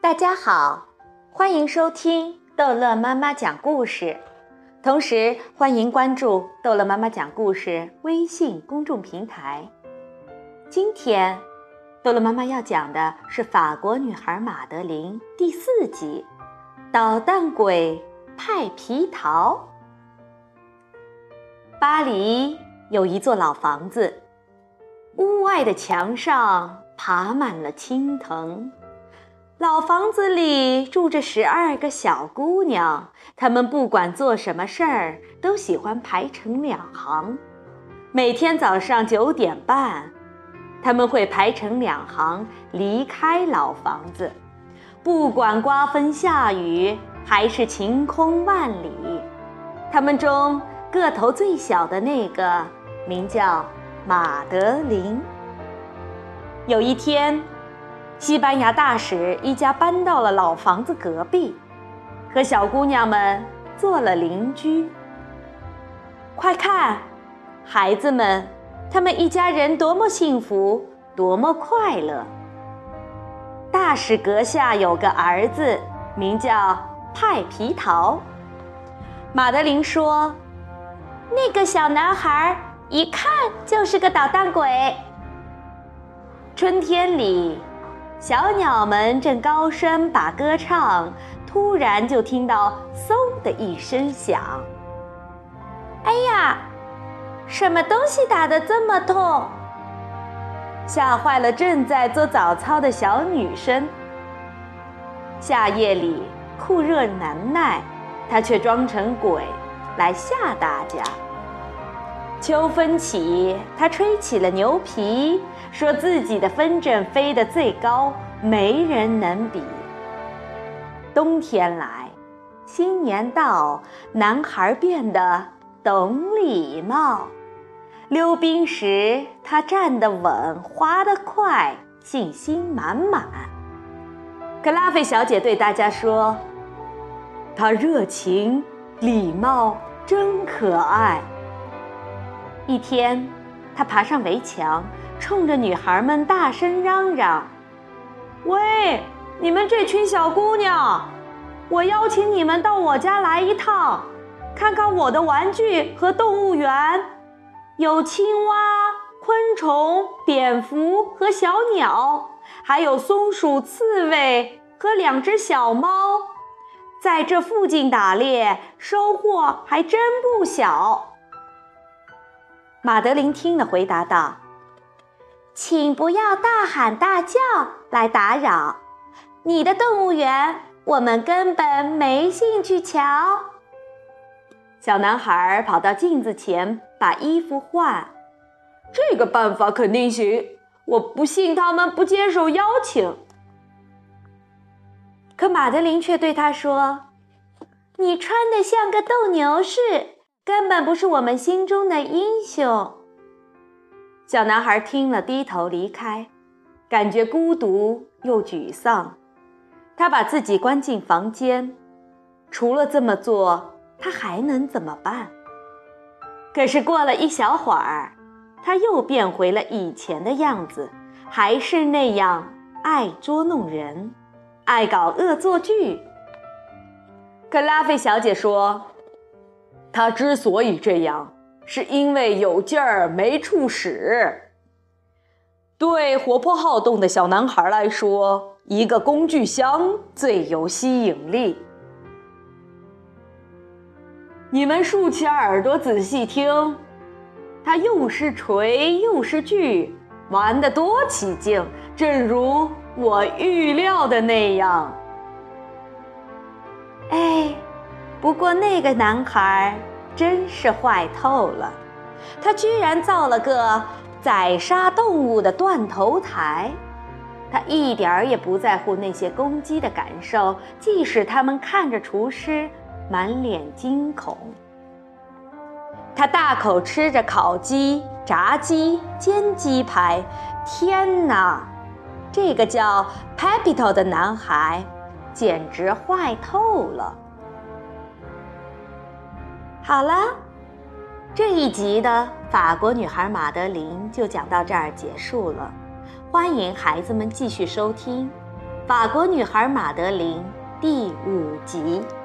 大家好，欢迎收听逗乐妈妈讲故事，同时欢迎关注逗乐妈妈讲故事微信公众平台。今天逗乐妈妈要讲的是法国女孩马德琳第4集捣蛋鬼派皮桃。巴黎有一座老房子，屋外的墙上爬满了青藤。老房子里住着12个小姑娘，她们不管做什么事儿，都喜欢排成2行。每天早上9点半，她们会排成2行离开老房子，不管刮风下雨还是晴空万里。她们中个头最小的那个名叫马德琳。有一天，西班牙大使一家搬到了老房子隔壁，和小姑娘们做了邻居。快看，孩子们，他们一家人多么幸福，多么快乐。大使阁下有个儿子，名叫派皮桃。马德琳说，那个小男孩一看就是个捣蛋鬼。春天里，小鸟们正高声把歌唱，突然就听到嗖的一声响。哎呀，什么东西打得这么痛？吓坏了正在做早操的小女生。夏夜里酷热难耐，她却装成鬼来吓大家。秋风起，她吹起了牛皮，说自己的风筝飞得最高，没人能比。冬天来，新年到，男孩变得懂礼貌。溜冰时，他站得稳，滑得快，信心满满。格拉菲小姐对大家说，他热情礼貌，真可爱。一天，他爬上围墙，冲着女孩们大声嚷嚷，喂，你们这群小姑娘，我邀请你们到我家来一趟，看看我的玩具和动物园，有青蛙、昆虫、蝙蝠和小鸟，还有松鼠、刺猬和2只小猫。在这附近打猎，收获还真不小。马德琳听了回答道，请不要大喊大叫来打扰，你的动物园我们根本没兴趣瞧。小男孩跑到镜子前把衣服换，这个办法肯定行，我不信他们不接受邀请。可马德琳却对他说，你穿得像个斗牛士，根本不是我们心中的英雄。小男孩听了低头离开，感觉孤独又沮丧。他把自己关进房间，除了这么做，他还能怎么办？可是过了一小会儿，他又变回了以前的样子，还是那样爱捉弄人，爱搞恶作剧。可拉菲小姐说，他之所以这样，是因为有劲儿没处使。对活泼好动的小男孩来说，一个工具箱最有吸引力。你们竖起耳朵仔细听，他又是锤又是锯，玩得多起劲，正如我预料的那样。哎，不过那个男孩真是坏透了，他居然造了个宰杀动物的断头台。他一点儿也不在乎那些公鸡的感受，即使他们看着厨师满脸惊恐。他大口吃着烤鸡、炸鸡、煎鸡排。天哪，这个叫 Pepito 的男孩简直坏透了。好了，这一集的法国女孩马德琳就讲到这儿结束了。欢迎孩子们继续收听， 法国女孩马德琳第5集。